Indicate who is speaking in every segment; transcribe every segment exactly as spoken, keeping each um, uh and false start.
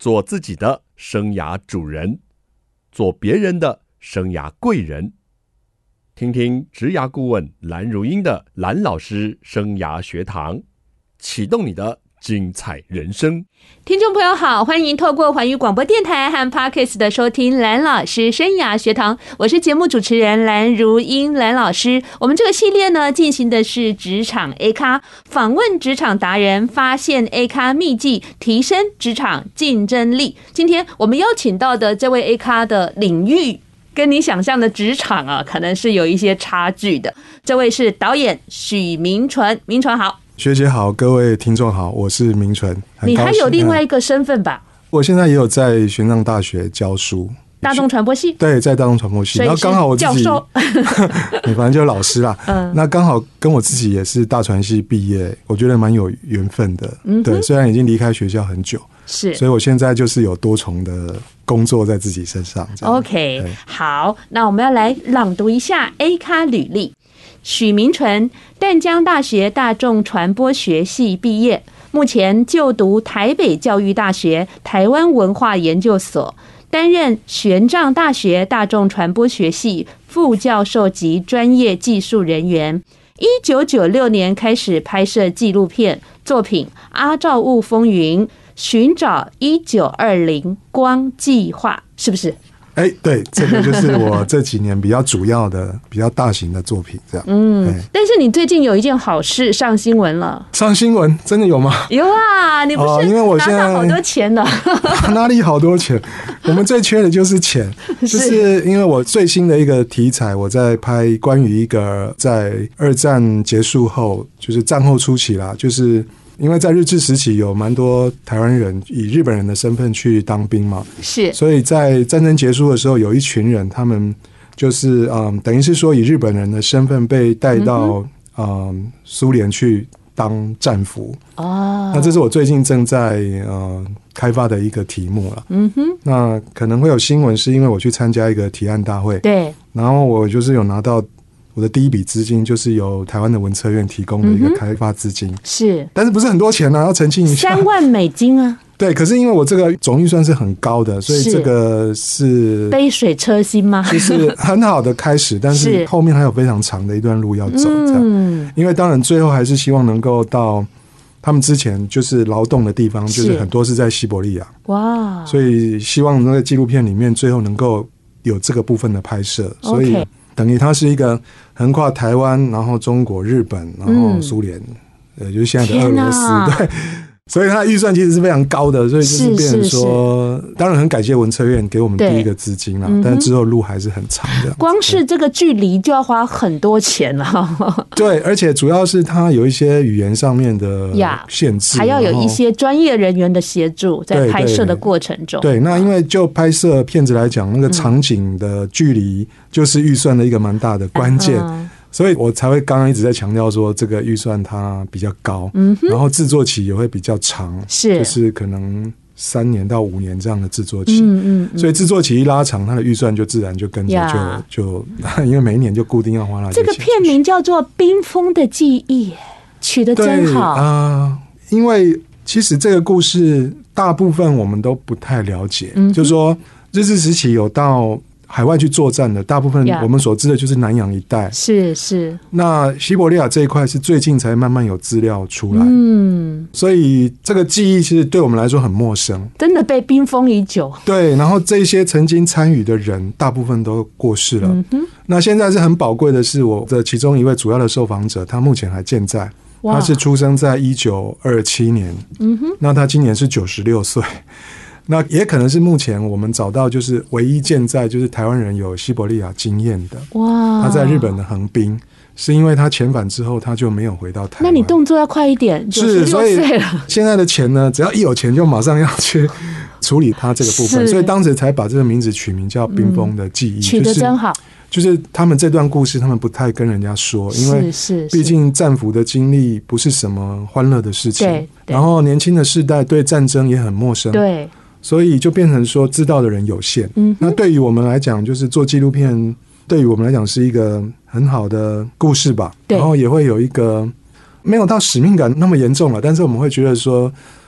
Speaker 1: 做自己的生涯主人，做别人的生涯贵人。听听职涯顾问蓝如英的蓝老师生涯学堂，启动你的精彩人生。
Speaker 2: 听众朋友好，欢迎透过环宇广播电台和 Podcast 的收听蓝老师生涯学堂，我是节目主持人蓝如英蓝老师。我们这个系列呢进行的是职场 A 咖，访问职场达人，发现 A 咖秘籍，提升职场竞争力。今天我们邀请到的这位 A 咖的领域跟你想象的职场啊，可能是有一些差距的。这位是导演许明纯，明纯好。
Speaker 3: 学姐好，各位听众好，我是明纯。
Speaker 2: 你还有另外一个身份吧？
Speaker 3: 我现在也有在玄奘大学教书，
Speaker 2: 大众传播系。
Speaker 3: 对，在大众传播系。然后刚好我自己，
Speaker 2: 教授
Speaker 3: 你反正就是老师啦。
Speaker 2: 嗯，
Speaker 3: 那刚好跟我自己也是大传系毕业，我觉得蛮有缘分的。嗯，对，虽然已经离开学校很久，
Speaker 2: 是，
Speaker 3: 所以我现在就是有多重的工作在自己身上。
Speaker 2: OK， 好，那我们要来朗读一下 A 咖履历。许明纯，淡江大学大众传播学系毕业，目前就读台北教育大学台湾文化研究所，担任玄奘大学大众传播学系副教授及专业技术人员。一九九六年开始拍摄纪录片作品《阿照雾风云》，寻找一九二零光计划，是不是？
Speaker 3: 哎、欸，对，这个就是我这几年比较主要的、比较大型的作品，这样。
Speaker 2: 嗯，但是你最近有一件好事上新闻了。
Speaker 3: 上新闻真的有吗？
Speaker 2: 有啊，你不是拿到好多钱的？
Speaker 3: 哦、哪里好多钱？我们最缺的就是钱。就是因为我最新的一个题材，我在拍关于一个在二战结束后，就是战后初期啦，就是。因为在日治时期有蛮多台湾人以日本人的身份去当兵嘛，
Speaker 2: 是，
Speaker 3: 所以在战争结束的时候，有一群人，他们就是嗯，等于是说以日本人的身份被带到嗯苏联去当战俘哦。那这是我最近正在呃开发的一个题目了。嗯哼，那可能会有新闻，是因为我去参加一个提案大会，
Speaker 2: 对，
Speaker 3: 然后我就是有拿到。我的第一笔资金就是由台湾的文策院提供的一个开发资金，嗯、
Speaker 2: 是，
Speaker 3: 但是不是很多钱呢、啊？要澄清一下，
Speaker 2: 三万美金啊。
Speaker 3: 对，可是因为我这个总预算是很高的，所以这个是
Speaker 2: 杯水车薪吗？
Speaker 3: 就是很好的开始，但是后面还有非常长的一段路要走。这样，嗯、因为当然最后还是希望能够到他们之前就是劳动的地方，就是很多是在西伯利亚。哇，所以希望那个纪录片里面最后能够有这个部分的拍摄，所以。Okay.等于它是一个横跨台湾，然后中国、日本，然后苏联，呃、嗯，就是现在的俄罗斯，对。所以它的预算其实是非常高的，所以就是变成说，当然很感谢文策院给我们第一个资金啦，但之后路还是很长的。
Speaker 2: 光是这个距离就要花很多钱了。
Speaker 3: 对，而且主要是它有一些语言上面的限制，
Speaker 2: 还要有一些专业人员的协助，在拍摄的过程中。
Speaker 3: 对，对，那因为就拍摄片子来讲，那个场景的距离就是预算的一个蛮大的关键。嗯，所以我才会刚刚一直在强调说，这个预算它比较高，嗯，然后制作期也会比较长，
Speaker 2: 是，
Speaker 3: 就是可能三年到五年这样的制作期，嗯嗯，所以制作期一拉长，它的预算就自然就跟着就就，因为每一年就固定要花那些钱。
Speaker 2: 这个片名叫做《冰封的记忆》，取得真好
Speaker 3: 啊，呃！因为其实这个故事大部分我们都不太了解，嗯，就是说日治时期有到海外去作战的，大部分我们所知的就是南洋一带，
Speaker 2: 是是。
Speaker 3: 那西伯利亚这一块是最近才慢慢有资料出来，嗯，所以这个记忆其实对我们来说很陌生，
Speaker 2: 真的被冰封已久。
Speaker 3: 对，然后这些曾经参与的人，大部分都过世了。嗯哼，那现在是很宝贵的是，我的其中一位主要的受访者，他目前还健在，他是出生在一九二七年，嗯哼，那他今年是九十六岁。那也可能是目前我们找到就是唯一健在就是台湾人有西伯利亚经验的。哇！他在日本的横滨，是因为他遣返之后他就没有回到台湾。
Speaker 2: 那你动作要快一点，
Speaker 3: 是，所以现在的钱呢，只要一有钱就马上要去处理他这个部分，所以当时才把这个名字取名叫《冰封的记忆》，嗯，
Speaker 2: 取得真好。
Speaker 3: 就是他们这段故事，他们不太跟人家说，因为毕竟战俘的经历不是什么欢乐的事情，对，然后年轻的世代对战争也很陌生，
Speaker 2: 对。
Speaker 3: 所以就变成说知道的人有限，嗯，那对于我们来讲，就是做纪录片，对于我们来讲是一个很好的故事吧，然后也会有一个没有到使命感那么严重了，但是我们会觉得说，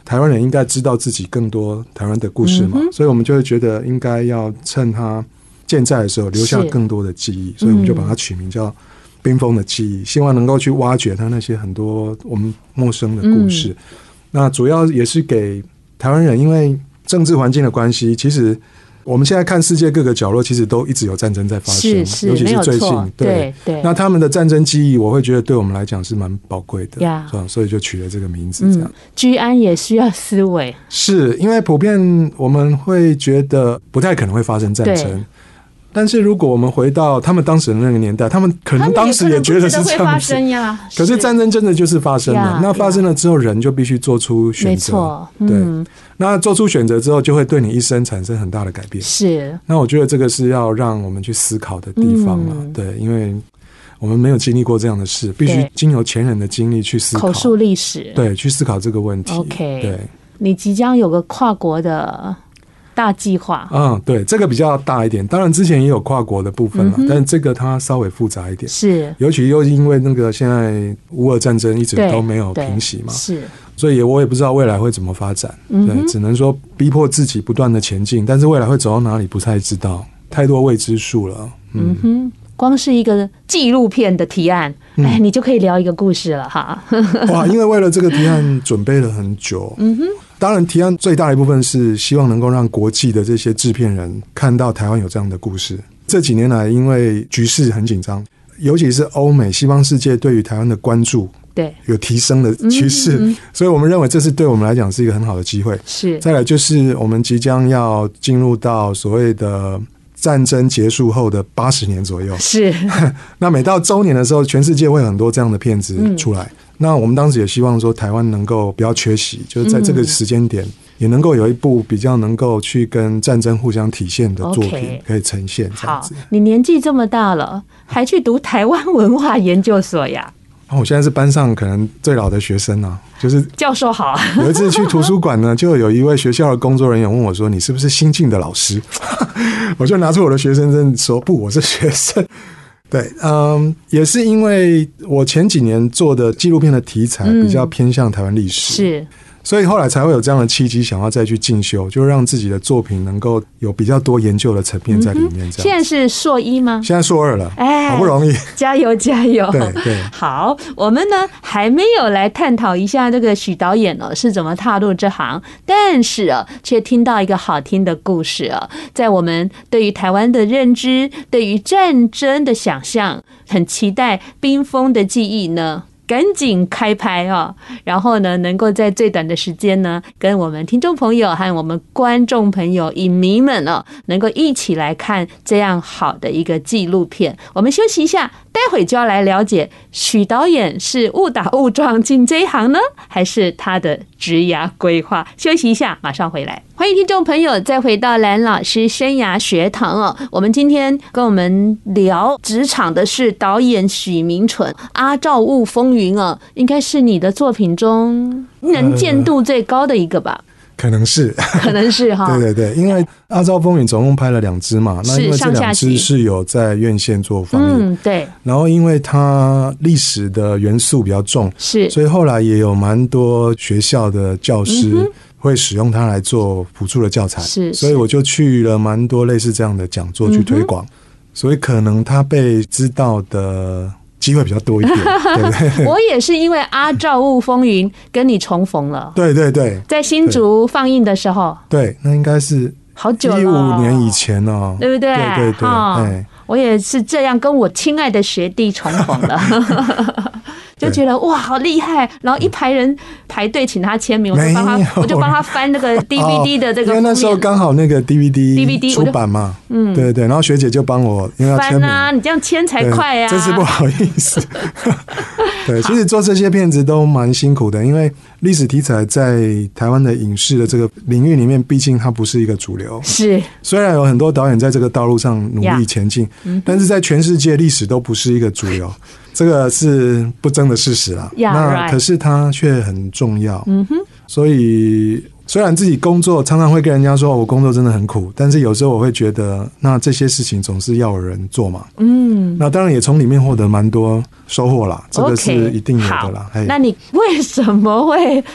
Speaker 3: 台湾人应该知道自己更多台湾的故事嘛，嗯、所以我们就会觉得应该要趁他健在的时候留下更多的记忆，所以我们就把它取名叫冰封的记忆，希望能够去挖掘他那些很多我们陌生的故事。嗯、那主要也是给台湾人，因为政治环境的关系，其实我们现在看世界各个角落，其实都一直有战争在发生，
Speaker 2: 是是
Speaker 3: 尤其是最近，对
Speaker 2: 对, 对。
Speaker 3: 那他们的战争记忆，我会觉得对我们来讲是蛮宝贵的，呀，所以就取了这个名字。这样，嗯、
Speaker 2: 居安也需要思维，
Speaker 3: 是因为普遍我们会觉得不太可能会发生战争。但是如果我们回到他们当时的那个年代，他们可能当时也觉得是这样子，可是战争真的就是发生了。那发生了之后，人就必须做出选择，对。嗯、那做出选择之后，就会对你一生产生很大的改变。是。那我觉得这个是要让我们去思考的地方了，嗯、对，因为我们没有经历过这样的事，必须经由前人的经历去思考，
Speaker 2: 口述历史，
Speaker 3: 对，去思考这个问题。
Speaker 2: OK，
Speaker 3: 对，
Speaker 2: 你即将有个跨国的大计划，
Speaker 3: 嗯，对，这个比较大一点。当然之前也有跨国的部分了，嗯、但是这个它稍微复杂一点。是，尤其又因为那个现在乌俄战争一直都没有平息嘛，是，所以我也不知道未来会怎么发展。嗯、对，只能说逼迫自己不断的前进，但是未来会走到哪里不太知道，太多未知数了。嗯, 嗯哼，
Speaker 2: 光是一个纪录片的提案，嗯、哎，你就可以聊一个故事了哈。
Speaker 3: 哇，因为为了这个提案准备了很久。嗯哼。当然提案最大一部分是希望能够让国际的这些制片人看到台湾有这样的故事。这几年来因为局势很紧张，尤其是欧美西方世界对于台湾的关注对有提升的趋势，嗯嗯嗯，所以我们认为这是对我们来讲是一个很好的机会。是，再来就是我们即将要进入到所谓的战争结束后的八十年左右，是那每到周年的时候，全世界会有很多这样的片子出来。嗯，那我们当时也希望说台湾能够不要缺席，就是在这个时间点也能够有一部比较能够去跟战争互相体现的作品可以呈现这样子。
Speaker 2: 好，你年纪这么大了还去读台湾文化研究所呀？
Speaker 3: 我现在是班上可能最老的学生啊，就是
Speaker 2: 教授好。
Speaker 3: 有一次去图书馆呢，就有一位学校的工作人员问我说：“你是不是新进的老师？”我就拿出我的学生证说：“不，我是学生。”对，嗯，也是因为我前几年做的纪录片的题材比较偏向台湾历史，嗯，是，所以后来才会有这样的契机，想要再去进修，就让自己的作品能够有比较多研究的层面在里面。这样，嗯，
Speaker 2: 现在是硕一吗？
Speaker 3: 现在硕二了，哎，好不容易，
Speaker 2: 加油加油！
Speaker 3: 对对，
Speaker 2: 好，我们呢还没有来探讨一下这个许导演哦是怎么踏入这行，但是啊，却听到一个好听的故事啊，在我们对于台湾的认知，对于战争的想象，很期待冰封的记忆呢赶紧开拍哦，然后呢能够在最短的时间呢跟我们听众朋友和我们观众朋友影迷们哦能够一起来看这样好的一个纪录片。我们休息一下，待会就要来了解许导演是误打误撞进这一行呢，还是他的职涯规划。休息一下马上回来，欢迎听众朋友再回到蓝老师生涯学堂哦。我们今天跟我们聊职场的是导演许明纯，阿照雾风云哦，应该是你的作品中能见度最高的一个吧？呃、
Speaker 3: 可能是，
Speaker 2: 可能是哈。
Speaker 3: 对对对，因为阿照风云总共拍了两支嘛，那因为这两支是有在院线做放映，嗯，对。然后因为它历史的元素比较重，是，所以后来也有蛮多学校的教师，嗯，会使用它来做辅助的教材，是，所以我就去了蛮多类似这样的讲座去推广，嗯，所以可能他被知道的机会比较多一点。对不对？
Speaker 2: 我也是因为阿照雾风云跟你重逢了，
Speaker 3: 对对对，
Speaker 2: 在新竹放映的时候，
Speaker 3: 对，那应该是
Speaker 2: 好久了，
Speaker 3: 一五年以前哦，
Speaker 2: 对不对？
Speaker 3: 对对对，哦，
Speaker 2: 我也是这样跟我亲爱的学弟重逢了。就觉得哇好厉害，然后一排人排队请他签名，我就帮他，我就帮他翻那个 D V D 的这个，
Speaker 3: 因为那时候刚好那个 D V D D V D 出版嘛，嗯，对对，然后学姐就帮我，因为要签名
Speaker 2: 啊，你这样签才快啊，
Speaker 3: 真是不好意思。对，其实做这些片子都蛮辛苦的，因为历史题材在台湾的影视的这个领域里面，毕竟它不是一个主流。是，虽然有很多导演在这个道路上努力前进， yeah, 但是在全世界历史都不是一个主流。这个是不争的事实啦， yeah, 那可是它却很重要。嗯哼，所以虽然自己工作常常会跟人家说我工作真的很苦，但是有时候我会觉得那这些事情总是要有人做嘛。嗯，那当然也从里面获得蛮多收获啦，这个是一定有的啦。
Speaker 2: 好，那你为什么会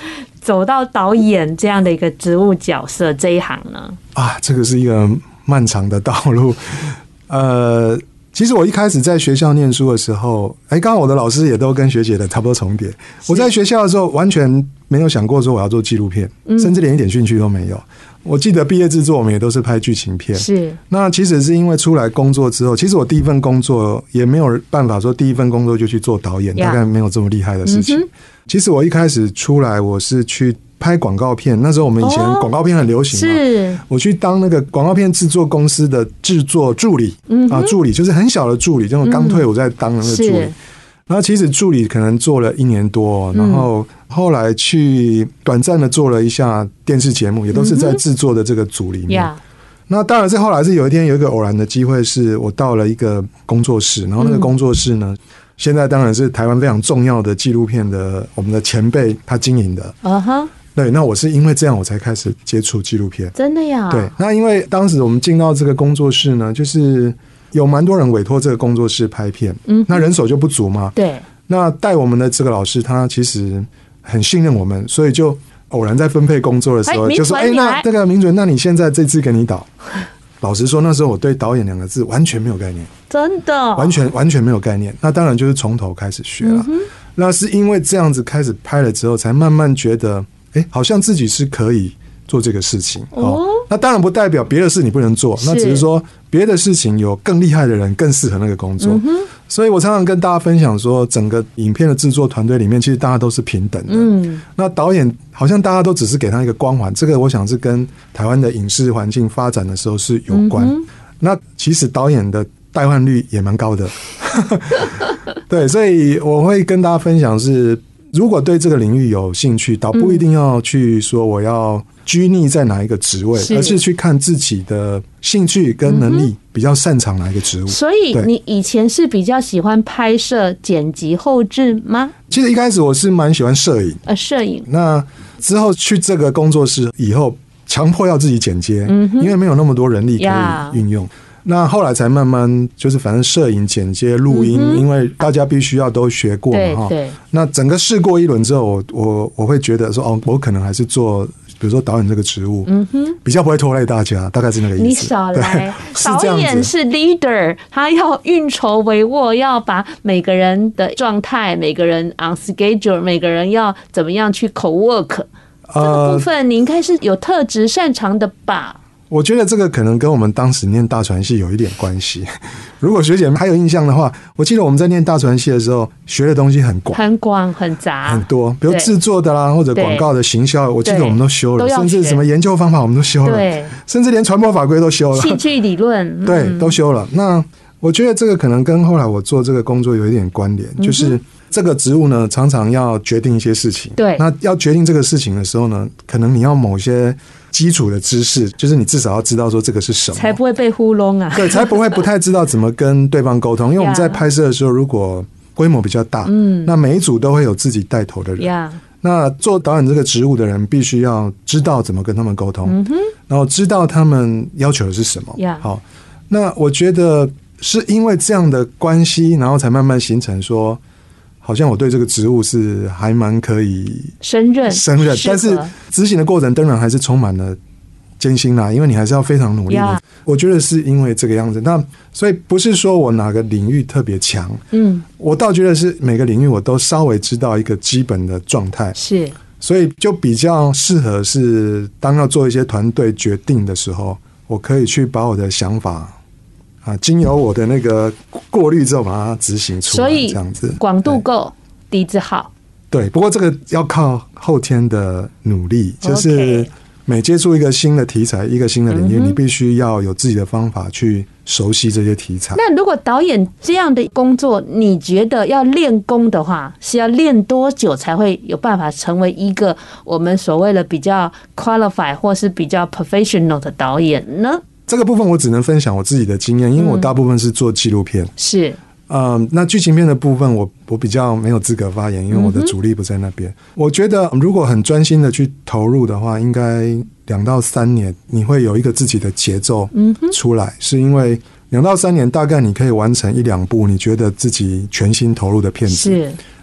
Speaker 2: 走到导演这样的一个职务角色这一行呢？
Speaker 3: 啊，这个是一个漫长的道路。呃，其实我一开始在学校念书的时候，哎，刚刚我的老师也都跟学姐的差不多重叠。我在学校的时候完全没有想过说我要做纪录片，嗯、甚至连一点兴趣都没有。我记得毕业制作我们也都是拍剧情片。
Speaker 2: 是。那
Speaker 3: 其实是因为出来工作之后，其实我第一份工作也没有办法说第一份工作就去做导演， yeah. 大概没有这么厉害的事情。嗯、其实我一开始出来，我是去拍广告片，那时候我们以前广告片很流行嘛，是我去当那个广告片制作公司的制作助理，嗯啊，助理就是很小的助理，这种刚退伍在当那个助理。嗯、然后其实助理可能做了一年多，然后后来去短暂的做了一下电视节目，也都是在制作的这个组里面。嗯、那当然是后来是有一天有一个偶然的机会，是我到了一个工作室，然后那个工作室呢，嗯、现在当然是台湾非常重要的纪录片的我们的前辈他经营的。啊哈。对，那我是因为这样我才开始接触纪录片。
Speaker 2: 真的呀？
Speaker 3: 对，那因为当时我们进到这个工作室呢，就是有蛮多人委托这个工作室拍片，嗯，那人手就不足嘛。
Speaker 2: 对，
Speaker 3: 那带我们的这个老师他其实很信任我们，所以就偶然在分配工作的时候就说：“哎，那这个明准，那你现在这次给你导。”老实说，那时候我对导演两个字完全没有概念，
Speaker 2: 真的，
Speaker 3: 完全完全没有概念。那当然就是从头开始学了。嗯、那是因为这样子开始拍了之后，才慢慢觉得。哎，好像自己是可以做这个事情哦。那当然不代表别的事你不能做，那只是说别的事情有更厉害的人更适合那个工作。嗯、所以我常常跟大家分享说，整个影片的制作团队里面，其实大家都是平等的。嗯，那导演好像大家都只是给他一个光环，这个我想是跟台湾的影视环境发展的时候是有关。嗯、那其实导演的代换率也蛮高的。对，所以我会跟大家分享是。如果对这个领域有兴趣，倒不一定要去说我要拘泥在哪一个职位，是而是去看自己的兴趣跟能力比较擅长哪一个职务。
Speaker 2: 所以你以前是比较喜欢拍摄、剪辑、后制吗？
Speaker 3: 其实一开始我是蛮喜欢摄影，
Speaker 2: 呃，摄影。
Speaker 3: 那之后去这个工作室以后，强迫要自己剪接，嗯、因为没有那么多人力可以运用。Yeah.那后来才慢慢就是反正摄影、剪接、录音，嗯、因为大家必须要都学过嘛哈。那整个试过一轮之后，我我我会觉得说哦，我可能还是做比如说导演这个职务，嗯哼，比较不会拖累大家，大概是那个意思。
Speaker 2: 你少来，导演是 leader， 他要运筹帷幄，要把每个人的状态、每个人 on schedule， 每个人要怎么样去 co-work，呃、这个部分你应该是有特质擅长的吧？
Speaker 3: 我觉得这个可能跟我们当时念大传系有一点关系。如果学姐们还有印象的话，我记得我们在念大传系的时候，学的东西很广、
Speaker 2: 很广、很杂，
Speaker 3: 很多，比如制作的啦，或者广告的行销，我记得我们都修了，甚至什么研究方法我们都修了，对，甚至连传播法规都修了，
Speaker 2: 戏剧理论，
Speaker 3: 对，都修了。那我觉得这个可能跟后来我做这个工作有一点关联，嗯、就是这个职务呢，常常要决定一些事情。
Speaker 2: 对，
Speaker 3: 那要决定这个事情的时候呢，可能你要某些基础的知识，就是你至少要知道说这个是什么，
Speaker 2: 才不会被糊弄啊。
Speaker 3: 对，才不会不太知道怎么跟对方沟通。因为我们在拍摄的时候，如果规模比较大，嗯，那每一组都会有自己带头的人。Yeah. 那做导演这个职务的人，必须要知道怎么跟他们沟通，嗯、然后知道他们要求的是什么。
Speaker 2: Yeah.
Speaker 3: 好，那我觉得是因为这样的关系，然后才慢慢形成说，好像我对这个职务是还蛮可以
Speaker 2: 胜任
Speaker 3: 胜任，但是执行的过程当然还是充满了艰辛啦，因为你还是要非常努力的。Yeah. 我觉得是因为这个样子，那所以不是说我哪个领域特别强，嗯，我倒觉得是每个领域我都稍微知道一个基本的状态，
Speaker 2: 是，
Speaker 3: 所以就比较适合是当要做一些团队决定的时候，我可以去把我的想法啊，经由我的那个过滤之后把它执行出来，这样子
Speaker 2: 广度够，底子好。
Speaker 3: 对，不过这个要靠后天的努力，就是每接触一个新的题材、一个新的领域，你必须要有自己的方法去熟悉这些题材。
Speaker 2: 那如果导演这样的工作，你觉得要练功的话，是要练多久才会有办法成为一个我们所谓的比较 qualified 或是比较 professional 的导演呢？
Speaker 3: 这个部分我只能分享我自己的经验，因为我大部分是做纪录片，
Speaker 2: 是，
Speaker 3: 嗯，那剧情片的部分我我比较没有资格发言，因为我的主力不在那边。嗯、我觉得如果很专心的去投入的话，应该两到三年你会有一个自己的节奏出来，嗯、是因为两到三年大概你可以完成一两部你觉得自己全心投入的片子。是。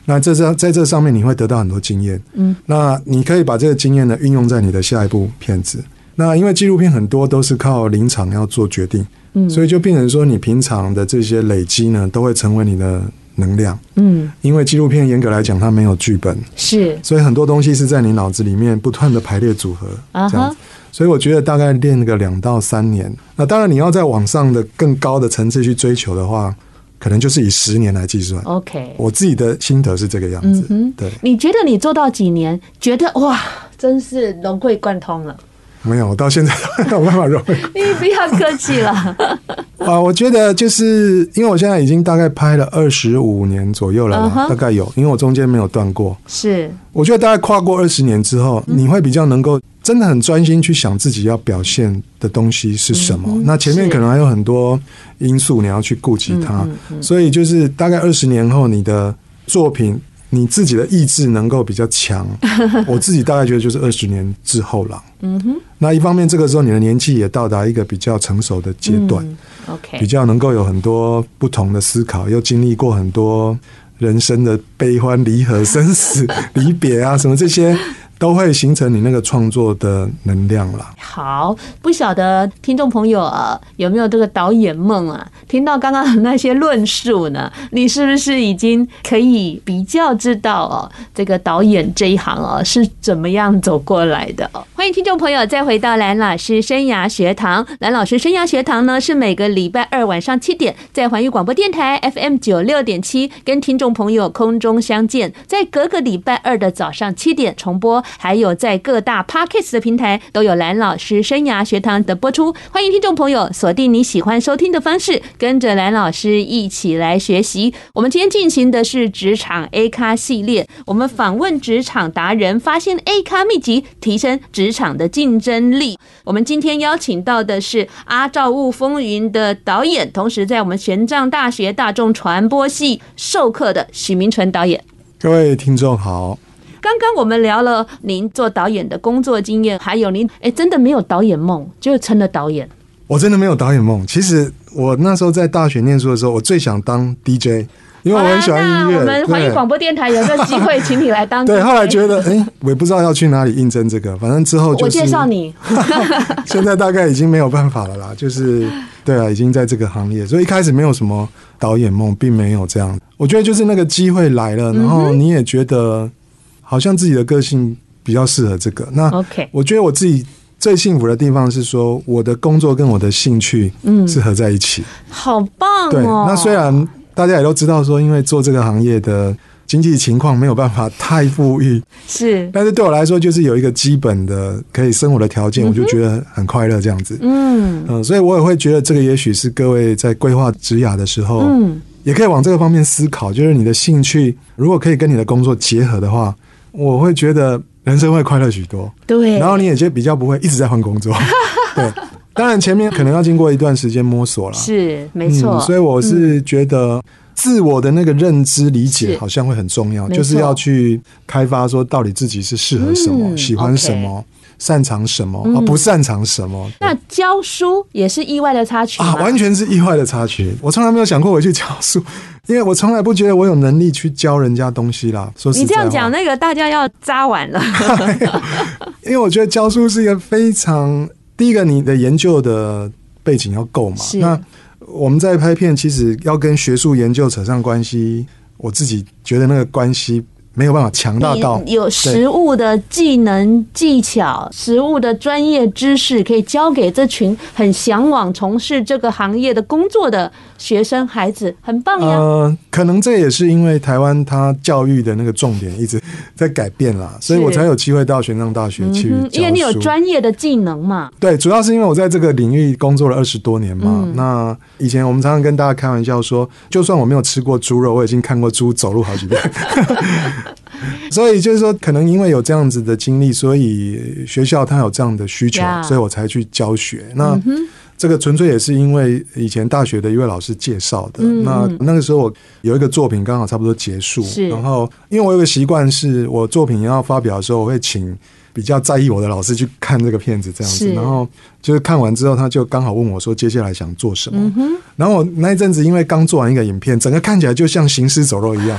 Speaker 3: 那这在这上面你会得到很多经验，嗯，那你可以把这个经验呢运用在你的下一部片子。那因为纪录片很多都是靠临场要做决定，嗯，所以就变成说你平常的这些累积呢，都会成为你的能量，嗯，因为纪录片严格来讲它没有剧本，
Speaker 2: 是，
Speaker 3: 所以很多东西是在你脑子里面不断的排列组合，这样子。所以我觉得大概练个两到三年。那当然你要在往上的更高的层次去追求的话，可能就是以十年来计算。
Speaker 2: OK，
Speaker 3: 我自己的心得是这个样子。嗯、对，
Speaker 2: 你觉得你做到几年？觉得哇，真是融会贯通了？
Speaker 3: 没有，我到现在都没有办法融会。
Speaker 2: 你不要客气了。
Speaker 3: 啊，我觉得就是因为我现在已经大概拍了二十五年左右了啦， uh-huh. 大概有，因为我中间没有断过。
Speaker 2: 是，
Speaker 3: 我觉得大概跨过二十年之后，你会比较能够真的很专心去想自己要表现的东西是什么。嗯、那前面可能还有很多因素你要去顾及它，嗯嗯嗯、所以就是大概二十年后，你的作品。你自己的意志能够比较强，我自己大概觉得就是二十年之后了。嗯哼，那一方面这个时候你的年纪也到达一个比较成熟的阶段，嗯
Speaker 2: OK，
Speaker 3: 比较能够有很多不同的思考，又经历过很多人生的悲欢离合、生死离别啊，什么这些。都会形成你那个创作的能量啦。
Speaker 2: 好，不晓得听众朋友啊有没有这个导演梦啊？听到刚刚的那些论述呢，你是不是已经可以比较知道哦，这个导演这一行哦是怎么样走过来的哦？欢迎听众朋友再回到蓝老师生涯学堂。蓝老师生涯学堂呢是每个礼拜二晚上七点在环宇广播电台 F M 九六点七跟听众朋友空中相见，在隔个礼拜二的早上七点重播。还有在各大 Podcast 的平台都有蓝老师生涯学堂的播出，欢迎听众朋友锁定你喜欢收听的方式，跟着蓝老师一起来学习。我们今天进行的是职场 A 咖系列，我们访问职场达人，发现 A 咖秘籍，提升职场的竞争力。我们今天邀请到的是《阿罩雾风云》的导演，同时在我们玄奘大学大众传播系授课的许明纯导演。
Speaker 3: 各位听众好。
Speaker 2: 刚刚我们聊了您做导演的工作经验，还有您哎真的没有导演梦就成了导演。
Speaker 3: 我真的没有导演梦。其实我那时候在大学念书的时候，我最想当 D J， 因为我很喜欢音乐。
Speaker 2: 我们环宇广播电台有个机会请你来当 D J。对，
Speaker 3: 后来觉得哎，我也不知道要去哪里应征这个，反正之后就是
Speaker 2: 我介绍你。
Speaker 3: 现在大概已经没有办法了啦，就是对啊，已经在这个行业，所以一开始没有什么导演梦，并没有这样。我觉得就是那个机会来了，然后你也觉得。好像自己的个性比较适合这个。那我觉得我自己最幸福的地方是说，我的工作跟我的兴趣是合在一起，嗯、
Speaker 2: 好棒哦。
Speaker 3: 对，那虽然大家也都知道说，因为做这个行业的经济情况没有办法太富裕，
Speaker 2: 是，
Speaker 3: 但是对我来说，就是有一个基本的可以生活的条件，嗯、我就觉得很快乐这样子。嗯嗯，所以我也会觉得这个也许是各位在规划职涯的时候，嗯，也可以往这个方面思考，就是你的兴趣如果可以跟你的工作结合的话。我会觉得人生会快乐许多，
Speaker 2: 对，
Speaker 3: 然后你也就比较不会一直在换工作，对。当然前面可能要经过一段时间摸索啦，
Speaker 2: 是没错、嗯。
Speaker 3: 所以我是觉得自我的那个认知理解好像会很重要，就是要去开发说到底自己是适合什么、嗯、喜欢什么。Okay，擅长什么、嗯啊、不擅长什么。
Speaker 2: 那教书也是意外的插曲
Speaker 3: 啊，完全是意外的插曲。我从来没有想过我去教书，因为我从来不觉得我有能力去教人家东西啦。说实在话，
Speaker 2: 你这样讲，那个大家要扎完了。
Speaker 3: 因为我觉得教书是一个非常，第一个你的研究的背景要够嘛。那我们在拍片，其实要跟学术研究扯上关系，我自己觉得那个关系。没有办法强大到
Speaker 2: 有实务的技能技巧、实务的专业知识，可以交给这群很向往从事这个行业的工作的学生孩子，很棒呀。呃，
Speaker 3: 可能这也是因为台湾它教育的那个重点一直在改变啦，所以我才有机会到玄奘大学去教书、嗯、
Speaker 2: 因为你有专业的技能嘛。
Speaker 3: 对，主要是因为我在这个领域工作了二十多年嘛、嗯。那以前我们常常跟大家开玩笑说，就算我没有吃过猪肉，我已经看过猪走路好几遍。所以就是说，可能因为有这样子的经历，所以学校它有这样的需求， yeah. 所以我才去教学。那这个纯粹也是因为以前大学的一位老师介绍的。嗯、那那个时候我有一个作品刚好差不多结束，然后因为我有个习惯，是我作品要发表的时候，我会请比较在意我的老师去看这个片子，这样子。然后就是看完之后，他就刚好问我说，接下来想做什么？嗯、然后我那一阵子因为刚做完一个影片，整个看起来就像行尸走肉一样。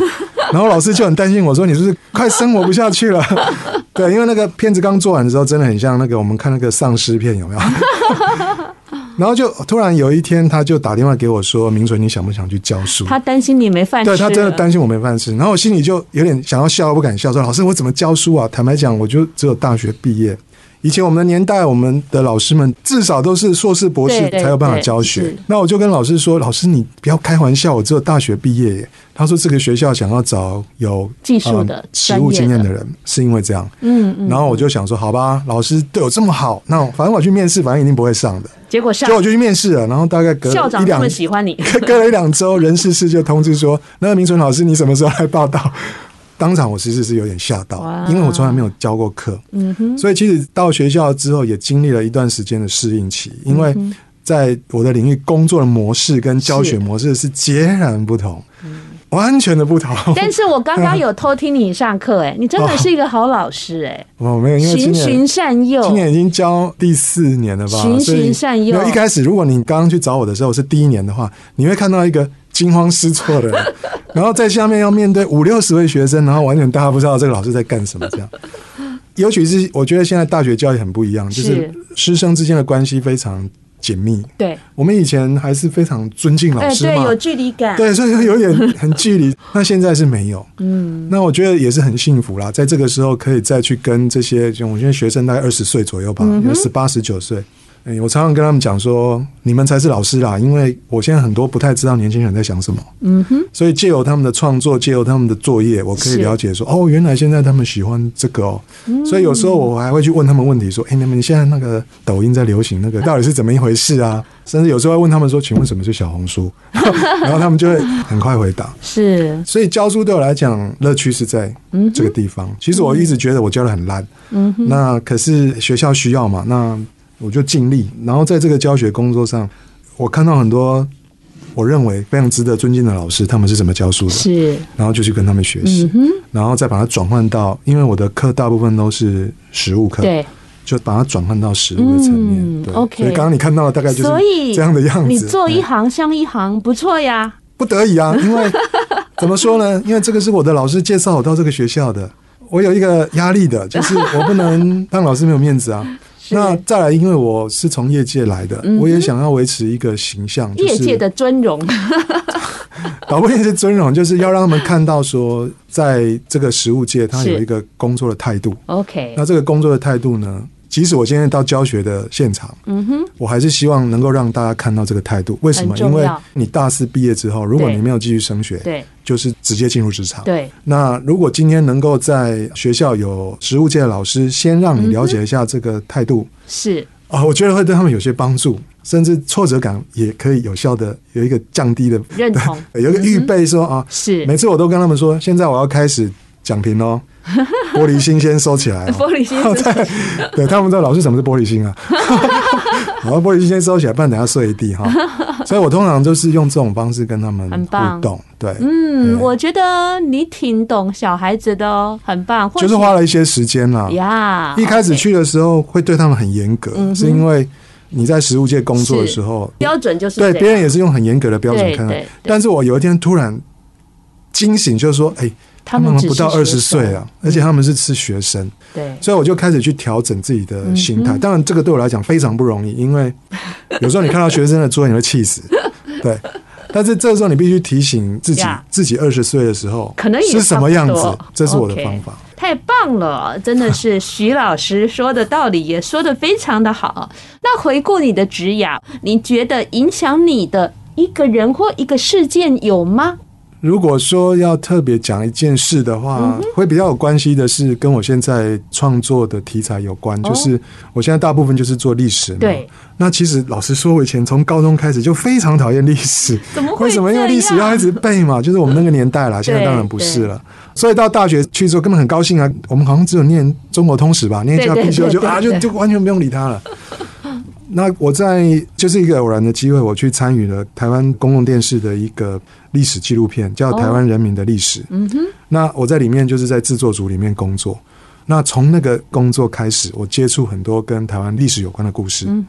Speaker 3: 然后老师就很担心我说你是不是快生活不下去了？对，因为那个片子刚做完的时候真的很像那个我们看那个丧尸片有没有？然后就突然有一天他就打电话给我说，明纯你想不想去教书？
Speaker 2: 他担心你没饭吃。
Speaker 3: 对，他真的担心我没饭吃，然后我心里就有点想要笑不敢笑，说老师我怎么教书啊？坦白讲我就只有大学毕业，以前我们的年代我们的老师们至少都是硕士博士才有办法教学，那我就跟老师说，老师你不要开玩笑，我只有大学毕业耶。他说这个学校想要找有
Speaker 2: 技术的、
Speaker 3: 呃、实务经验的人，是因为这样。
Speaker 2: 嗯嗯。
Speaker 3: 然后我就想说，好吧，老师对我这么好，那反正我去面试，反正一定不会上的。
Speaker 2: 结果上，
Speaker 3: 结果我就去面试了，然后大概隔
Speaker 2: 校长这么喜欢你，
Speaker 3: 隔了一两周，人事室就通知说，那个明纯老师你什么时候来报道？当场我其实是有点吓到，因为我从来没有教过课，嗯哼，所以其实到学校之后也经历了一段时间的适应期，因为在我的领域工作的模式跟教学模式是截然不同，完全的不同。
Speaker 2: 但是我刚刚有偷听你上课，哎，你真的是一个好老师，哎，
Speaker 3: 哦，没有，因为
Speaker 2: 循循善诱，
Speaker 3: 今年已经教第四年了吧？
Speaker 2: 循循善诱。
Speaker 3: 因为一开始如果你刚刚去找我的时候是第一年的话，你会看到一个惊慌失措的人，然后在下面要面对五六十位学生，然后完全大家不知道这个老师在干什么这样。尤其是我觉得现在大学教育很不一样，就是师生之间的关系非常紧密。
Speaker 2: 对，
Speaker 3: 我们以前还是非常尊敬老师嘛，
Speaker 2: 对，有距离感，
Speaker 3: 对，所以有点很距离。那现在是没有，嗯，那我觉得也是很幸福啦，在这个时候可以再去跟这些，就我现在学生大概二十岁左右吧，有十八十九岁。欸、我常常跟他们讲说，你们才是老师啦，因为我现在很多不太知道年轻人在想什么，嗯哼，所以借由他们的创作，借由他们的作业，我可以了解说，哦，原来现在他们喜欢这个哦，嗯、所以有时候我还会去问他们问题，说，哎、欸，你们现在那个抖音在流行，那个到底是怎么一回事啊？甚至有时候会问他们说，请问什么是小红书？然后他们就会很快回答。是，所以教书对我来讲，乐趣是在这个地方。嗯、其实我一直觉得我教得很烂，嗯哼，那可是学校需要嘛，那我就尽力，然后在这个教学工作上，我看到很多我认为非常值得尊敬的老师，他们是怎么教书的，是，然后就去跟他们学习，嗯、然后再把它转换到，因为我的课大部分都是实务课，对，就把它转换到实务的层面。嗯、对 ，OK。所以刚刚你看到的大概就是这样的样子。
Speaker 2: 你做一行像一行，不错呀。
Speaker 3: 不得已啊，因为怎么说呢？因为这个是我的老师介绍我到这个学校的，我有一个压力的，就是我不能让老师没有面子啊。那再来，因为我是从业界来的，嗯、我也想要维持一个形象，就是
Speaker 2: 业界的尊荣。
Speaker 3: 倒不一定是尊荣，就是要让他们看到说，在这个实务界，他有一个工作的态度。OK， 那这个工作的态度呢，即使我今天到教学的现场，嗯哼，我还是希望能够让大家看到这个态度。为什么？因为你大四毕业之后，如果你没有继续升学，对，就是直接进入职场。对，那如果今天能够在学校有实务界的老师，先让你了解一下这个态度，是啊，我觉得会对他们有些帮助，甚至挫折感也可以有效的有一个降低的
Speaker 2: 认同，
Speaker 3: 有一个预备说啊，是每次我都跟他们说，现在我要开始讲评哦。玻璃心先收起来、哦，
Speaker 2: 玻璃心
Speaker 3: 对，对他们知道老师什么是玻璃心啊？然后玻璃心先收起来，不然等下碎一地哈。所以我通常都是用这种方式跟他们互动。对，
Speaker 2: 嗯，我觉得你挺懂小孩子的哦，很棒。
Speaker 3: 就是花了一些时间啦。呀，一开始去的时候会对他们很严格，嗯、是因为你在实务界工作的时候，
Speaker 2: 标准就是
Speaker 3: 对别人也是用很严格的标准看待。但是我有一天突然惊醒，就是说，哎、欸。他们不到二十岁啊，而且他们是吃学生，对，所以我就开始去调整自己的心态。当然，这个对我来讲非常不容易，因为有时候你看到学生的作业，你会气死，对。但是这个时候你必须提醒自己，自己二十岁的时候可能是什么样子，这是我的方法。
Speaker 2: 太棒了，真的是徐老师说的道理，也说得非常的好。那回顾你的职涯，你觉得影响你的一个人或一个事件有吗？
Speaker 3: 如果说要特别讲一件事的话、嗯、会比较有关系的是跟我现在创作的题材有关、哦、就是我现在大部分就是做历史嘛。对，那其实老实说我以前从高中开始就非常讨厌历史。
Speaker 2: 怎么会？
Speaker 3: 为什么？因为历史要一直背嘛，就是我们那个年代啦，现在当然不是了。所以到大学去之后根本很高兴啊，我们好像只有念中国通史吧，念一下必修就啊就就完全不用理他了。那我在就是一个偶然的机会，我去参与了台湾公共电视的一个历史纪录片，叫《台湾人民的历史》。嗯哼。那我在里面就是在制作组里面工作。那从那个工作开始，我接触很多跟台湾历史有关的故事。嗯哼。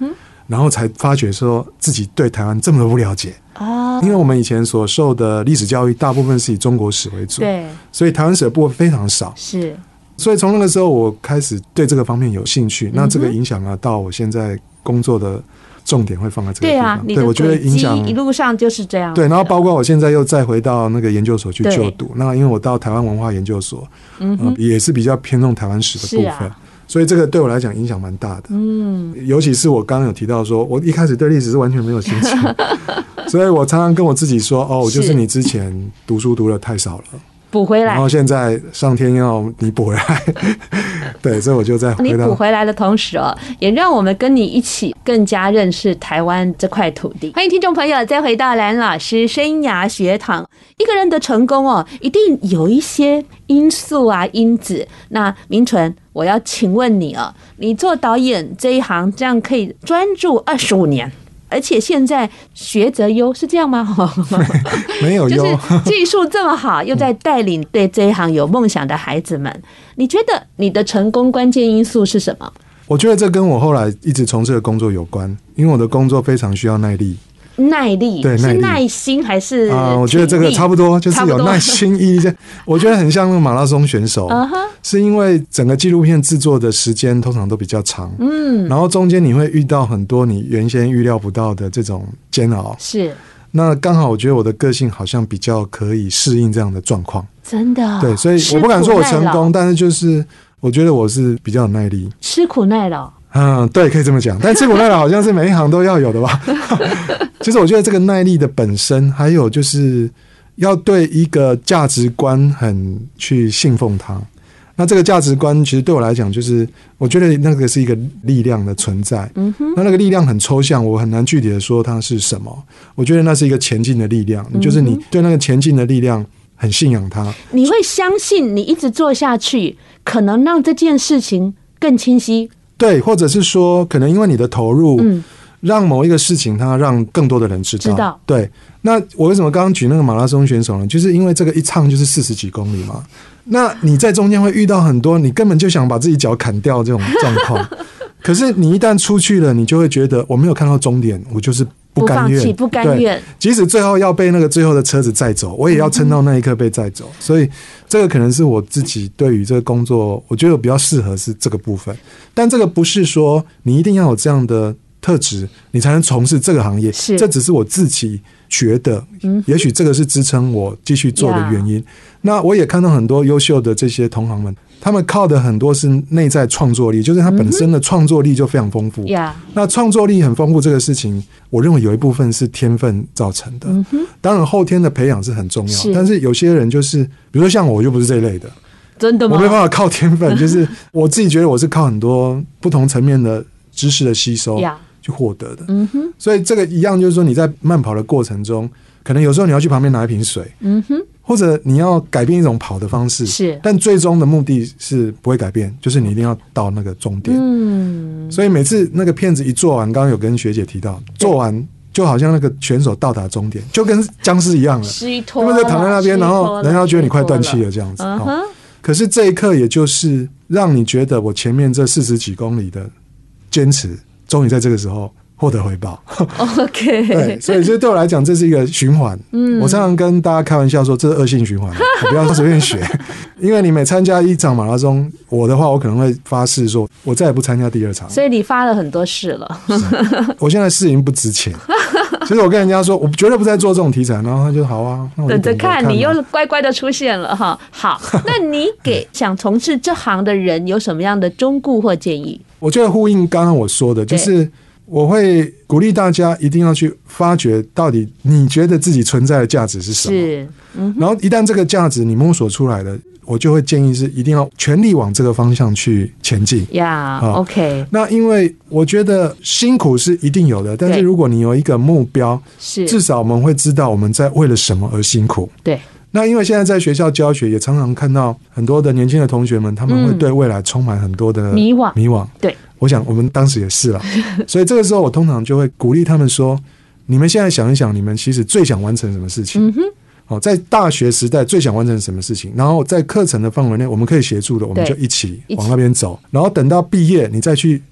Speaker 3: 然后才发觉说自己对台湾这么的不了解啊，因为我们以前所受的历史教育大部分是以中国史为主，
Speaker 2: 对，
Speaker 3: 所以台湾史的部分非常少，
Speaker 2: 是，
Speaker 3: 所以从那个时候我开始对这个方面有兴趣，嗯、那这个影响了到我现在工作的重点会放在这个地方。
Speaker 2: 对啊，
Speaker 3: 对，我觉得影响
Speaker 2: 一路上就是这样。
Speaker 3: 对，然后包括我现在又再回到那个研究所去就读，那因为我到台湾文化研究所，嗯、呃，也是比较偏重台湾史的部分。所以这个对我来讲影响蛮大的，嗯，尤其是我刚刚有提到说，我一开始对历史是完全没有兴趣，所以我常常跟我自己说，哦，就是你之前读书读得太少了，
Speaker 2: 补回来，
Speaker 3: 然后现在上天要你补回来，对，所以我就再回到
Speaker 2: 你补回来的同时哦，也让我们跟你一起更加认识台湾这块土地。欢迎听众朋友再回到蓝老师生涯学堂。一个人的成功哦，一定有一些因素啊因子。那明纯，我要请问你哦，你做导演这一行，这样可以专注二十五年。而且现在学则优，是这样吗？
Speaker 3: 没有优，
Speaker 2: 就是技术这么好，又在带领对这一行有梦想的孩子们。你觉得你的成功关键因素是什么？
Speaker 3: 我觉得这跟我后来一直从事的工作有关，因为我的工作非常需要耐力。
Speaker 2: 耐力，对，是耐心还是啊、
Speaker 3: 呃？我觉得这个差不多，就是有耐心毅力。我觉得很像那个马拉松选手， uh-huh. 是因为整个纪录片制作的时间通常都比较长，嗯，然后中间你会遇到很多你原先预料不到的这种煎熬，
Speaker 2: 是。
Speaker 3: 那刚好我觉得我的个性好像比较可以适应这样的状况，
Speaker 2: 真的，
Speaker 3: 对，所以我不敢说我成功，但是就是我觉得我是比较有耐力，
Speaker 2: 吃苦耐劳。
Speaker 3: 嗯，对，可以这么讲。但吃苦耐劳好像是每一行都要有的吧？其实我觉得这个耐力的本身，还有就是要对一个价值观很去信奉它。那这个价值观其实对我来讲，就是我觉得那个是一个力量的存在。嗯哼，那那个力量很抽象，我很难具体的说它是什么。我觉得那是一个前进的力量，嗯、就是你对那个前进的力量很信仰它。
Speaker 2: 你会相信你一直做下去，可能让这件事情更清晰。
Speaker 3: 对，或者是说，可能因为你的投入，嗯，让某一个事情它让更多的人知道。
Speaker 2: 知道。
Speaker 3: 对，那我为什么刚刚举那个马拉松选手呢？就是因为这个一唱就是四十几公里嘛。那你在中间会遇到很多你根本就想把自己脚砍掉这种状况，可是你一旦出去了，你就会觉得我没有看到终点，我就是不甘愿，
Speaker 2: 不放弃，不甘愿。
Speaker 3: 即使最后要被那个最后的车子载走，我也要撑到那一刻被载走。嗯、所以这个可能是我自己对于这个工作，我觉得比较适合是这个部分。但这个不是说你一定要有这样的特质，你才能从事这个行业。这只是我自己觉得，也许这个是支撑我继续做的原因。嗯、那我也看到很多优秀的这些同行们，他们靠的很多是内在创作力，就是他本身的创作力就非常丰富。嗯、那创作力很丰富这个事情，我认为有一部分是天分造成的。嗯、当然后天的培养是很重要，是但是有些人就是，比如说像我就不是这一类的。
Speaker 2: 真的吗？
Speaker 3: 我没办法靠天分，就是我自己觉得我是靠很多不同层面的知识的吸收。Yeah.去获得的，嗯哼，所以这个一样，就是说你在慢跑的过程中，可能有时候你要去旁边拿一瓶水，嗯哼，或者你要改变一种跑的方式，
Speaker 2: 是，
Speaker 3: 但最终的目的是不会改变，就是你一定要到那个终点，嗯，所以每次那个片子一做完，刚刚有跟学姐提到，做完就好像那个选手到达终点，就跟僵尸一样了，
Speaker 2: 湿一坨，
Speaker 3: 因为就躺在那边，然后人家觉得你快断气了这样子，嗯哼，可是这一刻也就是让你觉得我前面这四十几公里的坚持。终于在这个时候获得回报。
Speaker 2: OK，
Speaker 3: 对，所以这对我来讲，这是一个循环。嗯，我常常跟大家开玩笑说，这是恶性循环，我不要随便学。因为你每参加一场马拉松，我的话，我可能会发誓说，我再也不参加第二场。
Speaker 2: 所以你发了很多誓了。
Speaker 3: 我现在誓已经不值钱。其实我跟人家说，我绝对不再做这种题材，然后他就好啊，那我就
Speaker 2: 等着看，你又乖乖的出现了哈。好，那你给想从事这行的人有什么样的忠告或建议？
Speaker 3: 我觉得呼应刚刚我说的，就是我会鼓励大家一定要去发掘到底你觉得自己存在的价值是什么。是，嗯，然后一旦这个价值你摸索出来了，我就会建议是一定要全力往这个方向去前进。
Speaker 2: 呀、yeah, 、哦、，OK。
Speaker 3: 那因为我觉得辛苦是一定有的，但是如果你有一个目标，是至少我们会知道我们在为了什么而辛苦。
Speaker 2: 对。
Speaker 3: 那因为现在在学校教学，也常常看到很多的年轻的同学们，他们会对未来充满很多的
Speaker 2: 迷惘。
Speaker 3: 迷惘，
Speaker 2: 对，
Speaker 3: 我想我们当时也是了。所以这个时候，我通常就会鼓励他们说：“你们现在想一想，你们其实最想完成什么事情？嗯哼，好，在大学时代最想完成什么事情？然后在课程的范围内，我们可以协助的，我们就一起往那边走。然后等到毕业，你再去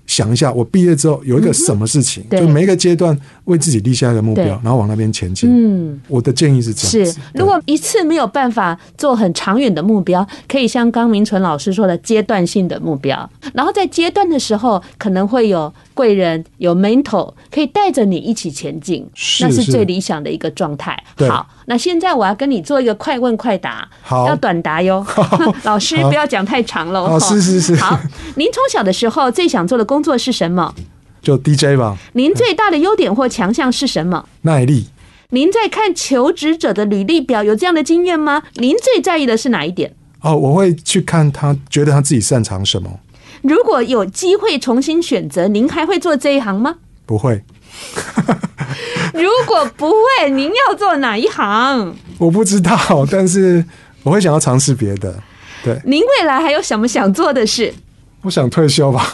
Speaker 3: 想一下，我毕业之后有一个什么事情，嗯、就每一个阶段为自己立下一个目标，然后往那边前进。嗯，我的建议是这样子。
Speaker 2: 是，如果一次没有办法做很长远的目标，可以像刚明纯老师说的阶段性的目标，然后在阶段的时候可能会有贵人、有 mentor 可以带着你一起前进，
Speaker 3: 是
Speaker 2: 那是最理想的一个状态。好，那现在我要跟你做一个快问快答，
Speaker 3: 好，
Speaker 2: 要短答哟。老师不要讲太长了。
Speaker 3: 好，是是是。
Speaker 2: 好，您从小的时候最想做的工作是什么？
Speaker 3: 就 D J 吧。
Speaker 2: 您最大的优点或强项是什么？
Speaker 3: 耐力。
Speaker 2: 您在看求职者的履历表有这样的经验吗？您最在意的是哪一点？
Speaker 3: 哦，我会去看他觉得他自己擅长什么。
Speaker 2: 如果有机会重新选择，您还会做这一行吗？
Speaker 3: 不会。
Speaker 2: 如果不会，您要做哪一行？
Speaker 3: 我不知道，但是我会想要尝试别的。对，
Speaker 2: 您未来还有什么想做的事？
Speaker 3: 我想退休吧。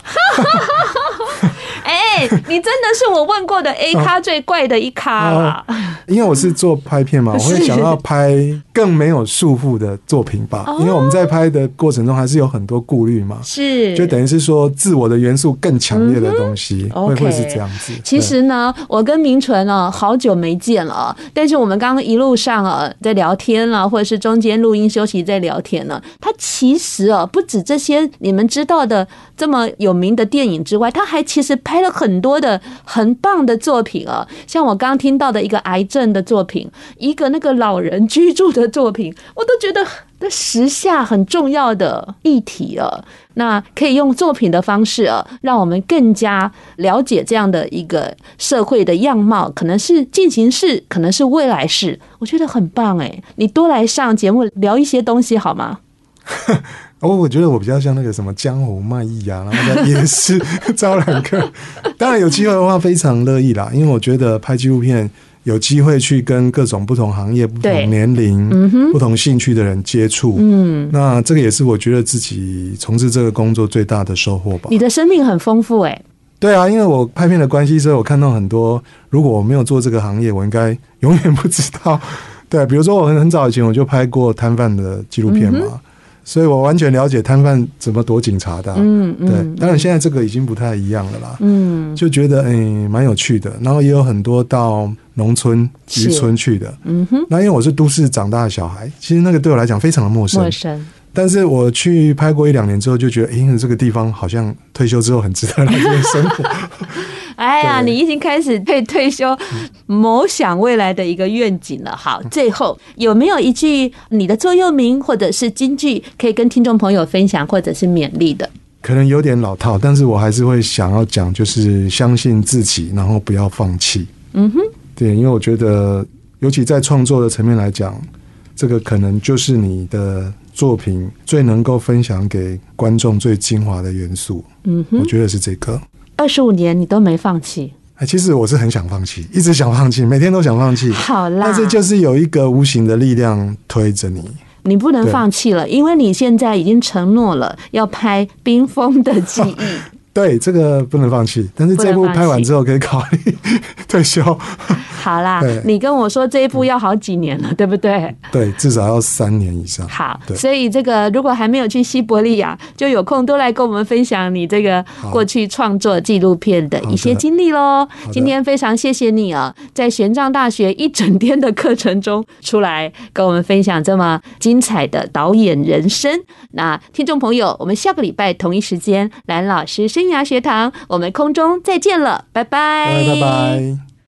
Speaker 2: 哎、欸，你真的是我问过的 A 咖最怪的一咖了、哦。
Speaker 3: 因为我是做拍片嘛，我会想要拍更没有束缚的作品吧。因为我们在拍的过程中还是有很多顾虑嘛，
Speaker 2: 是，
Speaker 3: 就等于是说自我的元素更强烈的东西，嗯、会会是这样子。
Speaker 2: 其实呢，我跟明纯哦好久没见了，但是我们刚刚一路上啊在聊天了，或者是中间录音休息在聊天呢，他其实啊不止这些你们知道的这么有名的电影之外，他还其实拍了很多的很棒的作品啊，像我刚刚听到的一个癌症的作品，一个那个老人居住的作品，我都觉得这时下很重要的议题啊。那可以用作品的方式啊，让我们更加了解这样的一个社会的样貌，可能是进行式，可能是未来式，我觉得很棒哎。你多来上节目聊一些东西好吗？
Speaker 3: 哦，我觉得我比较像那个什么江湖卖艺啊，然后在夜市招揽客。当然有机会的话，非常乐意啦，因为我觉得拍纪录片有机会去跟各种不同行业、不同年龄、嗯、不同兴趣的人接触。嗯，那这个也是我觉得自己从事这个工作最大的收获吧。
Speaker 2: 你的生命很丰富哎、欸。
Speaker 3: 对啊，因为我拍片的关系，所以我看到很多，如果我没有做这个行业，我应该永远不知道。对，比如说我很很早以前我就拍过摊贩的纪录片嘛。嗯，所以我完全了解摊贩怎么躲警察的、啊，嗯嗯，对，当然现在这个已经不太一样了啦，嗯，就觉得诶蛮有趣的，然后也有很多到农村渔村去的，嗯哼，那因为我是都市长大的小孩，其实那个对我来讲非常的陌生，
Speaker 2: 陌生，
Speaker 3: 但是我去拍过一两年之后，就觉得诶这个地方好像退休之后很值得来这边生活。
Speaker 2: 哎呀，你已经开始对退休谋想未来的一个愿景了。好，最后有没有一句你的座右铭或者是金句可以跟听众朋友分享或者是勉励的？
Speaker 3: 可能有点老套，但是我还是会想要讲，就是相信自己，然后不要放弃。嗯哼，对，因为我觉得尤其在创作的层面来讲，这个可能就是你的作品最能够分享给观众最精华的元素。嗯哼，我觉得是这个。
Speaker 2: 二十五年你都没放弃？
Speaker 3: 哎，其实我是很想放弃，一直想放弃，每天都想放弃。
Speaker 2: 好啦，
Speaker 3: 但是就是有一个无形的力量推着你。
Speaker 2: 你不能放弃了，因为你现在已经承诺了要拍《冰封的记忆》。
Speaker 3: 对，这个不能放弃，但是这部拍完之后可以考虑退休。
Speaker 2: 好啦，你跟我说这一部要好几年了，对不对？
Speaker 3: 对，至少要三年以上。
Speaker 2: 好，所以这个如果还没有去西伯利亚，就有空都来跟我们分享你这个过去创作纪录片的一些经历咯。今天非常谢谢你啊，在玄奘大学一整天的课程中出来跟我们分享这么精彩的导演人生。那听众朋友，我们下个礼拜同一时间，蓝老师生涯学堂，我们空中再见了，拜拜，
Speaker 3: 拜拜。